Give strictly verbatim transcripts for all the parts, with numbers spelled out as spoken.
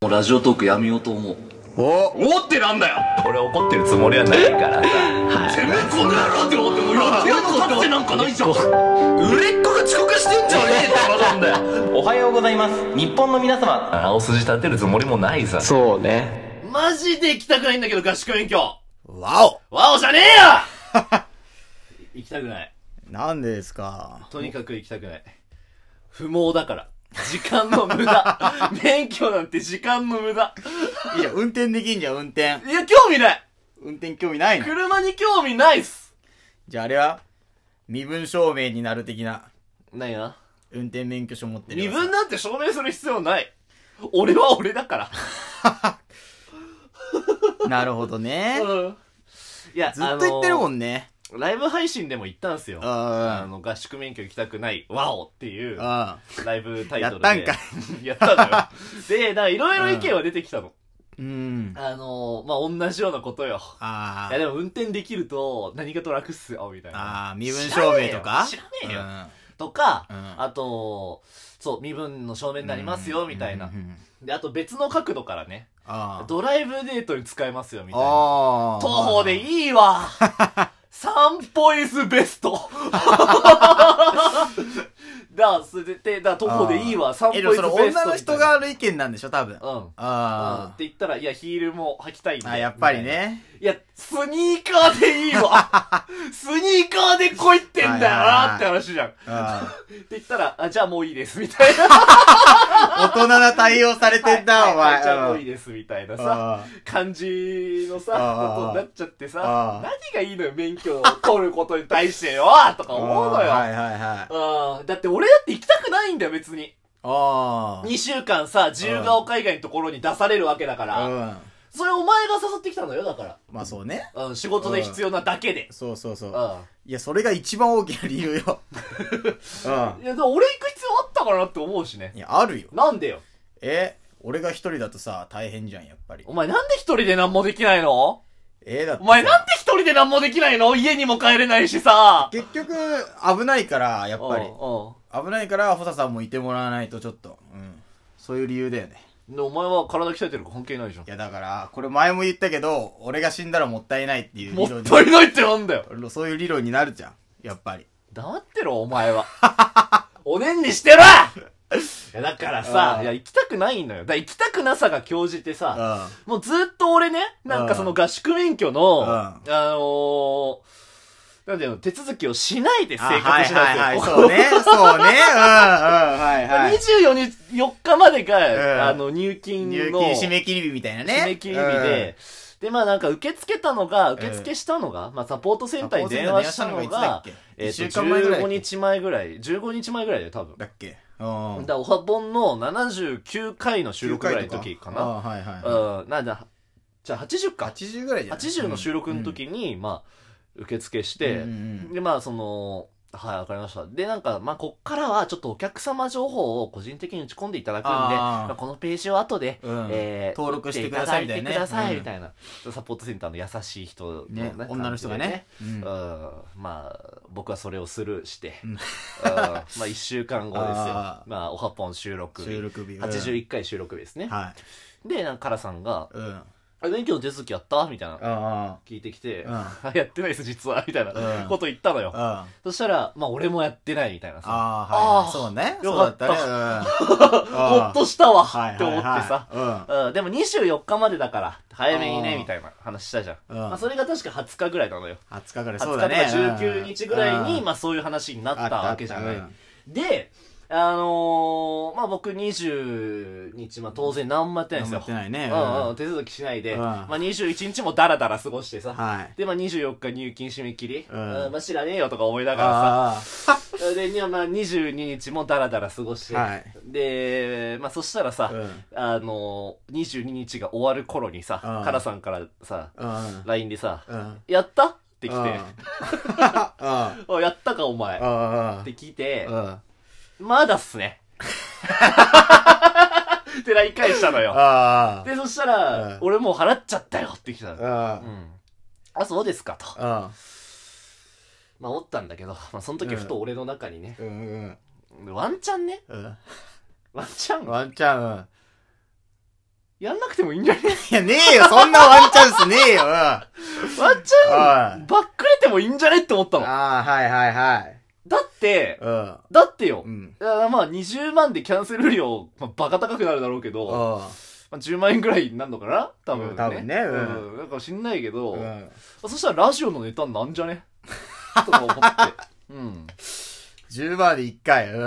もうラジオトークやめようと思う。 おおってなんだよ。 俺怒ってるつもりはないからさ。 てめえこの野郎って思ってもやってやるの立ってなんかないじゃん。売れっ子が遅刻してんじゃねえって話なんだよ。 おはようございます。日本の皆様。青筋立てるつもりもないさ。 そうね。 マジで行きたくないんだけど合宿免許。 わおわおじゃねえよ行きたくない。 なんでですか。 とにかく行きたくない。不毛だから。時間の無駄。免許なんて時間の無駄。 いいじゃん、運転できんじゃん、運転。 いや、興味ない。 運転興味ないの。 車に興味ないっす。 じゃああれは身分証明になる的な。 何や運転免許証持ってる。 身分なんて証明する必要ない。俺は俺だから。 なるほどね。 うん。いや、 ずっと言ってるもん。 んね。 ライブ配信でも言ったんすよ。ああの、合宿免許行きたくない、ワオっていう、 あ。 ライブタイトルで。 やったんかい。やったのよ。で、だからいろいろ意見は出てきたの。 うん。 あのー、まあ、同じようなことよ。 あいや、でも運転できると何かと楽っすよ、みたいな。 ああ、身分証明とか知らねえよ。知らねえよ。 うんとか、 うんあと、そう、身分の証明になりますよ、みたいな。 うんうんうんで、あと別の角度からね、 ああ。 ドライブデートに使えますよ、みたいな。 ああ。 徒歩でいいわ散歩イズベストだ、それで、だ、徒歩でいいわ、散歩イえ、でズベスト。 もその女の人がある意見なんでしょ、多分。 うん。うん。 あって言ったら、いや、ヒールも履きたいんで。 あ。あ、やっぱりね。 いや、スニーカーでいいわスニーカーで来いってんだよなって話じゃん。 あって言ったら、あ、じゃあもういいです、みたいな。 あ。大人な対応されてんだ、 はいお前。 はいはいじゃあもういいです、みたいなさ、 あ感じのさ、 ああことになっちゃってあさあ、 何がいいのよ、免許を取ることに対してよとか思うのよ。 はいはいはい。 うんだって俺だって行きたくないんだよ、別に。 ああ。 にしゅうかんさ、自由が丘以外のところに出されるわけだから。 うん。 それお前が誘ってきたのよ、だから。 まあそうね。 うん、仕事で必要なだけで。 そうそうそう。 うん。 いや、それが一番大きな理由よ。ういや、でも俺行く必要あったかなって思うしねん。。いや、あるよ。 なんでよ。 え、俺が一人だとさ、大変じゃん、やっぱり。 お前なんで一人で何もできないのえだってさ。 お前なんで一人で何もできないの家にも帰れないしさ。 結局、危ないから、やっぱり。 うんうん危ないから、ホサさんもいてもらわないとちょっと。うん。そういう理由だよね。 で、お前は体鍛えてるから関係ないじゃんい。や、だから、これ前も言ったけど、俺が死んだらもったいないっていうも理論に。 ったいないってなんだよ。 そういう理論になるじゃん。やっぱり。 黙ってろ、お前は。おねんにしてろいや、だからさ、 ああいや、行きたくないのよ。だから行きたくなさが興じてさ、 うもうずっと俺ね、なんかその合宿免許の、 うんあのー、なんだよ、手続きをしないでん。 生活しないはいはいはい。 んですよ。 そうね。そうね。うん、うん、はいはい。 にじゅうよっかまでが、 んあの、入金の、 入金締め切り日みたいなね。 締め切り日で、で、まあなんか受け付けたのが、受付したのが、まあサポートセンターに電話したのが、えっと、 一週間前ぐらいじゅうごにちまえぐらい、じゅうごにちまえぐらいで多分。 だっけうん。 だから、おはぼんのななじゅうきゅうかいの収録ぐらいの時かな。 ああ、はいはいはうん、なんだ、じゃあはちじゅうい。 か。 はちじゅうぐらいじゃん。 はちじゅうの収録の時に、まあ、受付して、 うんうんで、まあ、その、はい、わかりました。で、なんか、まあ、こっからは、ちょっとお客様情報を個人的に打ち込んでいただくんで、 あーまあこのページを後で、 うんえー登録してくださいみたいなね打っていただいてください、 うんみたいな。サポートセンターの優しい人のね女の人がね感じでうんうんまあ、僕はそれをスルーして、 うんうんまあ、いっしゅうかんごですよ。 あーまあ、おはぽん収録日。 収録日。うんはちじゅういっかい収録日ですね。 はで、なんか、カラさんが、 い。うん。 あ免許の手続きやったみたいな。 あ聞いてきて、 うんあやってないです、実は。みたいなうんこと言ったのよ。 あ。うん。 そしたら、まあ、俺もやってないみたいなさ。 ああ、 あーはい。そうね。 よかったそうだね。 ほっとしたわはいって思ってさ。 はうん、でもにじゅうよっかまでだから、早めにね、 あーみたいな話したじゃん。 うんまあ、それが確かはつかぐらいなのよ。 いはい。はつかぐらい。 20 そうだね。 日とかじゅうくにちぐらいに、 うんまあそういう話になったわけじゃない。 あったあっで、あのー、まあ僕にじゅうにち、まあ当然何もやってないんですよ。 何もやってないねうんうん、 うん手続きしないで、 うんまあにじゅういちにちもダラダラ過ごしてさ。 はい。 で、まあにじゅうよっか入金締め切り。 うんうんまあ知らねえよとか思いながらさ。 あで、にまあにじゅうににちもダラダラ過ごして。 はいで、まあそしたらさ、 うんあのー、にじゅうににちが終わる頃にさ、 うんカラさんからさ、 あ。うん。 ライン でさ、 うん。 やったって来て、 うん。ああやったかお前。っあ。 て聞いて、 うん。 まだっすね。ってライン返したのよ。 ああ。 で、そしたら、 うん俺もう払っちゃったよって来たの。 あうん。あ、そうですかと。 あ。 まあ思ったんだけど、まあその時ふと俺の中にね、 うんうん。 ワンチャンね、 うん。 ワンチャンワンチャン、 やんなくてもいいんじゃねいや、ねえよ、そんなワンチャンスねえよ。 ワンチャン、バックれてもいいんじゃねって思ったの。 ああ、はいはいはい。 だって、 うん。 だってよ。 うん。 まあ、にじゅうまんでキャンセル料、まあ、バカ高くなるだろうけど、まあ、じゅうまんえんぐらいになるのかな多分ね。うん、多分ね。うん。なんか知んないけど、うん、そしたらラジオのネタなんじゃねとか思って。うん。じゅうまんでいっかい。うん。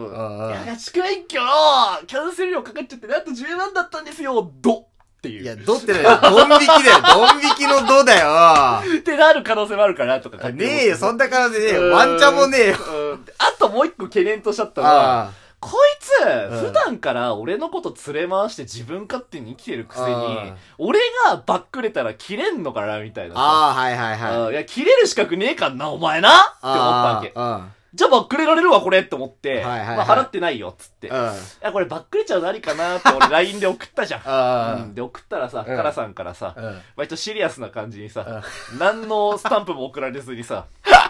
うん。いや、ガチク免許のキャンセル料かかっちゃって、なんとじゅうまんだったんですよ、ドっていう。 いや、ドってね、ドン引きだよ。ドン引きのドだよ。 ってなる可能性もあるかなとか。 ねえよ、そんな可能性ねえよ。ワンチャンもねえよ。 あともう一個懸念としちゃったのは、こいつ、普段から俺のこと連れ回して自分勝手に生きてるくせに、俺がバックれたら切れんのかなみたいな。 ああ、はいはいはい。 いや、切れる資格ねえかんな、お前なって思ったわけ。じゃあバックれられるわ、これって思って、まあ払ってないよ、つって。いや、これバックれちゃうのありかなって俺 ライン で送ったじゃん。で、送ったらさ、カラさんからさ、割とシリアスな感じにさ、何のスタンプも送られずにさ、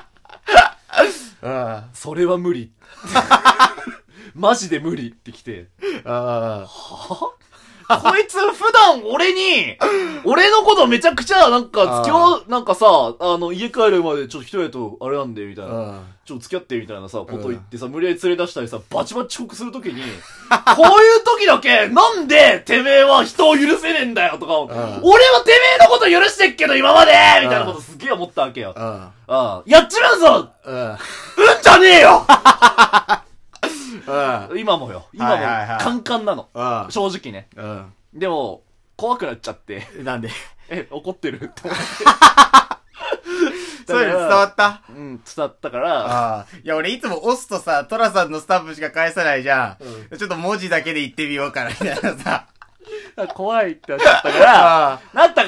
それは無理。マジで無理ってきて。あはこいつ普段俺に、俺のことめちゃくちゃなんか付き合う、なんかさ、あの家帰るまでちょっと一人とあれなんでみたいな。ちょっと付き合ってみたいなさ、こと言ってさ、無理やり連れ出したりさ、バチバチ遅刻するときに、こういう時だけ、なんでてめえは人を許せねえんだよとか、俺はてめえのこと許してっけど今までみたいなことすげえ思ったわけよ。やっちまうぞうんじゃねえよ今もよ。今もカンカンなの。正直ね。でも、怖くなっちゃって。 なんでえ、怒ってるって思って。 そういうの伝わったうん、伝わったから。 いや、俺いつも押すとさ、トラさんのスタンプしか返さないじゃん。ちょっと文字だけで言ってみようかな、みたいなさ。 怖いってなっちゃったから、なったから、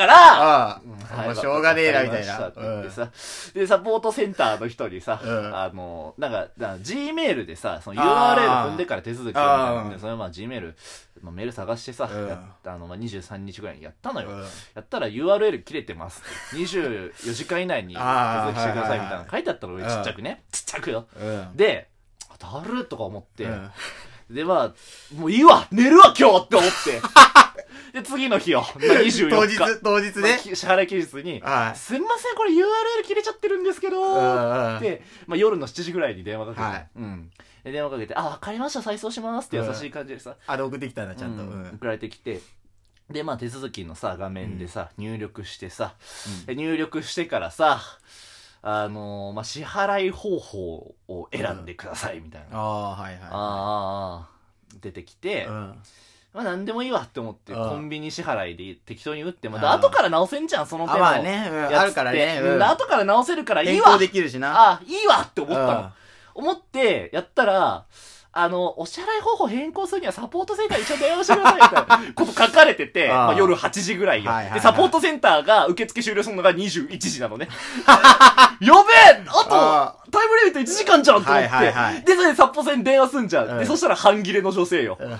もうしょうがねえな、みたいな。 で、サポートセンターの人にさ、あの、なんか、G メールでさ、その ユーアールエル 踏んでから手続きをみたいな。それまあ G メール、メール探してさ、あの、にじゅうさんにちぐらいにやったのよ。やったら ユーアールエル 切れてます。にじゅうよじかん以内に手続きしてくださいみたいなの書いてあったの、俺ちっちゃくね。ちっちゃくよ。で、だるとか思って、で、まあ、もういいわ寝るわ今日って思って。で、次の日よ。まあ、にじゅうよっか。 当日、当日ね。 支払い期日に、すみません、これ ユーアールエル 切れちゃってるんですけど、って、まあ、夜のしちじぐらいに電話かけて、はい、うん。で、電話かけて、あ、わかりました、再送しますって優しい感じでさ。 あ、で、送ってきたんだ、ちゃんと。 うん、送られてきて、で、まあ、手続きのさ、画面でさ、入力してさ、うん、入力してからさ、あのー、まあ、支払い方法を選んでくださいみたいな。 ああ、はいはい。 ああ、出てきて、うん、まあ何でもいいわって思って、コンビニ支払いで適当に打って、また後から直せんじゃん、その手のやつって。 まあね、うん、あるからね。 うん、後から直せるからいいわ。 変更できるしな。 ああ、いいわって思ったの。思って、やったら、あの、お支払い方法変更するにはサポートセンター一緒に電話してくださいみたいなこと書かれてて、まあ、夜はちじぐらいよ、はいはいはい。で、サポートセンターが受付終了するのがにじゅういちじなのね。やべえあと、タイムリミットいちじかんじゃんと思って。はいはいはい、で、それでサポセン電話すんじゃん。うん、で、そしたら半切れの女性よ。うん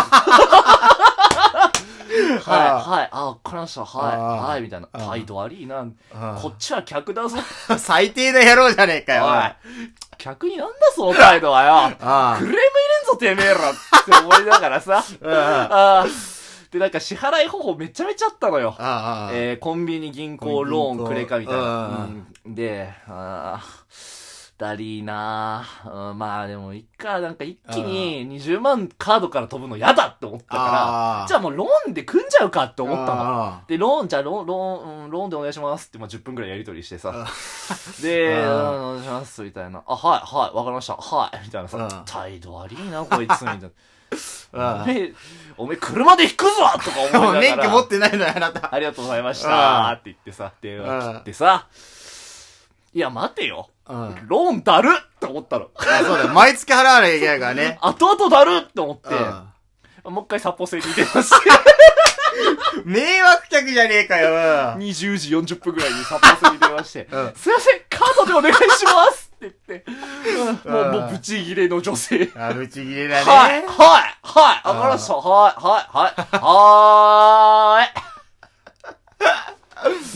はい、はい、あ、わかりました、はい、はい、みたいな。態度悪いな。こっちは客だぞ。 最低な野郎じゃねえかよ。おい。 客になんだその態度はよ。クレーム入れんぞてめえらって思いながらさ。あで、なんか支払い方法めちゃめちゃあったのよ。えー、コンビニ、銀行、ローン、クレカみたいな。うん、で、あだりーなー、うん、まあでもいっか、なんか一気ににじゅうまんカードから飛ぶの嫌だって思ったから、じゃあもうローンで組んじゃうかって思ったの。で、ローン、じゃあローン、ローン、うん、ローンでお願いしますって、まあじゅっぷんくらいやりとりしてさ。で、うん、お願いしますみたいな。あ、はい、はい、わかりました。はい、みたいなさ。態度悪いな、こいつ、みたいな。おめえ、おめえ車で引くぞとか思いながら。 免許持ってないのよ、あなた。 ありがとうございましたーって言ってさ、電話切ってさ。いや、待てよ。うん、ローンだるって思ったの。 あ、そうだよ。毎月払わなきゃいけないからね。 後々だるって思って、うん、もう一回サポセに電話して。 迷惑客じゃねえかよ。 にじゅうじよんじゅっぷんぐらいにサポセに電話して、うん、すいません、カードでお願いしますって言って、うん、もう、もうブチギレの女性。 あ、ブチギレだね。 はい、はい、はい、わかりました。はい、はい、はい、はーい。慣れてん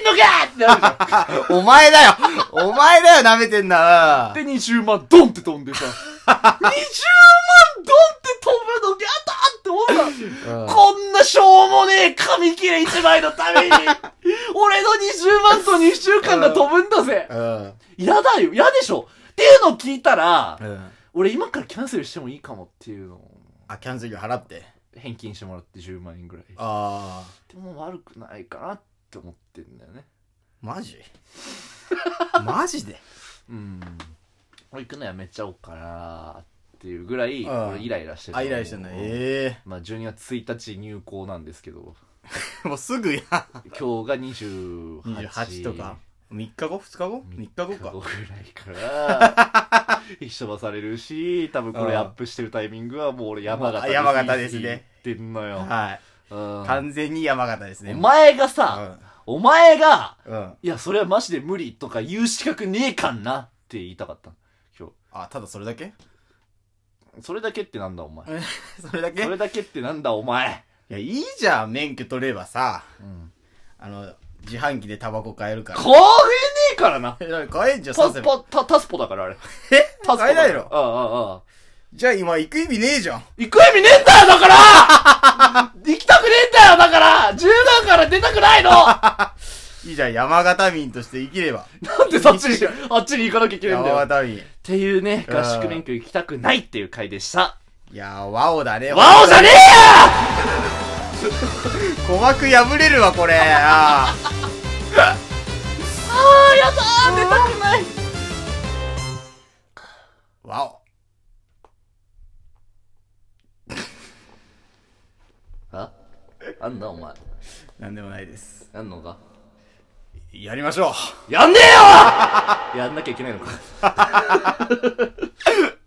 のかってなるじゃん。 お前だよお前だよ舐めてんだ。 で、にじゅうまんドンって飛んでさ、にじゅうまんドンって飛ぶのやったって思った。こんなしょうもねえ紙切れいちまいのために、俺のにじゅうまんとにしゅうかんが飛ぶんだぜ。嫌だよ、嫌でしょ。っていうのを聞いたら、俺今からキャンセルしてもいいかもっていうのを。 あ、キャンセル料払って返金してもらってじゅうまんえんぐらい。 ああ。 でも悪くないかなって思ってんだよね。 マジマジでうん。行くのやめちゃおうかなっていうぐらい、俺イライラしてた。 あ、イライラしてんだ。ええー。まあじゅうにがつついたち入校なんですけど。 もうすぐや。 今日がにじゅうはち。にじゅうはちとか。みっかご ふつかご みっかごか。みっかごぐらいから一緒ばされるし、多分これアップしてるタイミングはもう俺山形です。 山形ですね。 言ってんのよ。 はい。うん、完全に山形ですね。 お前がさ、うん、お前が、うん、いや、それはマジで無理とか言う資格ねえかんなって言いたかった。今日。 あ、ただそれだけそれだけってなんだお前。 それだけそれだけってなんだお前。 いや、いいじゃん、免許取ればさ。うん。あの、自販機でタバコ買えるから。 買えねえからな。 買えんじゃん、 タスポ、タ、タスポだからあれ。 えタスポ買えないの？ ああ、ああ。 じゃあ今行く意味ねえじゃん。 行く意味ねえんだよだから行きたくねえんだよだからじゅうだんから出たくないのいいじゃん、山形民として生きれば。 なんでそっちに、あっちに行かなきゃいけないんだよ。 山形民。 っていうね、合宿免許行きたくないっていう回でした。 いやー、ワオだね。 ワオじゃねえよ鼓膜破れるわ、これ。あー。 あー、やだー、出たくない。 ワオ。 ああんだお前。 なんでもないです。 やんのかやりましょう。やんねえよやんなきゃいけないのか。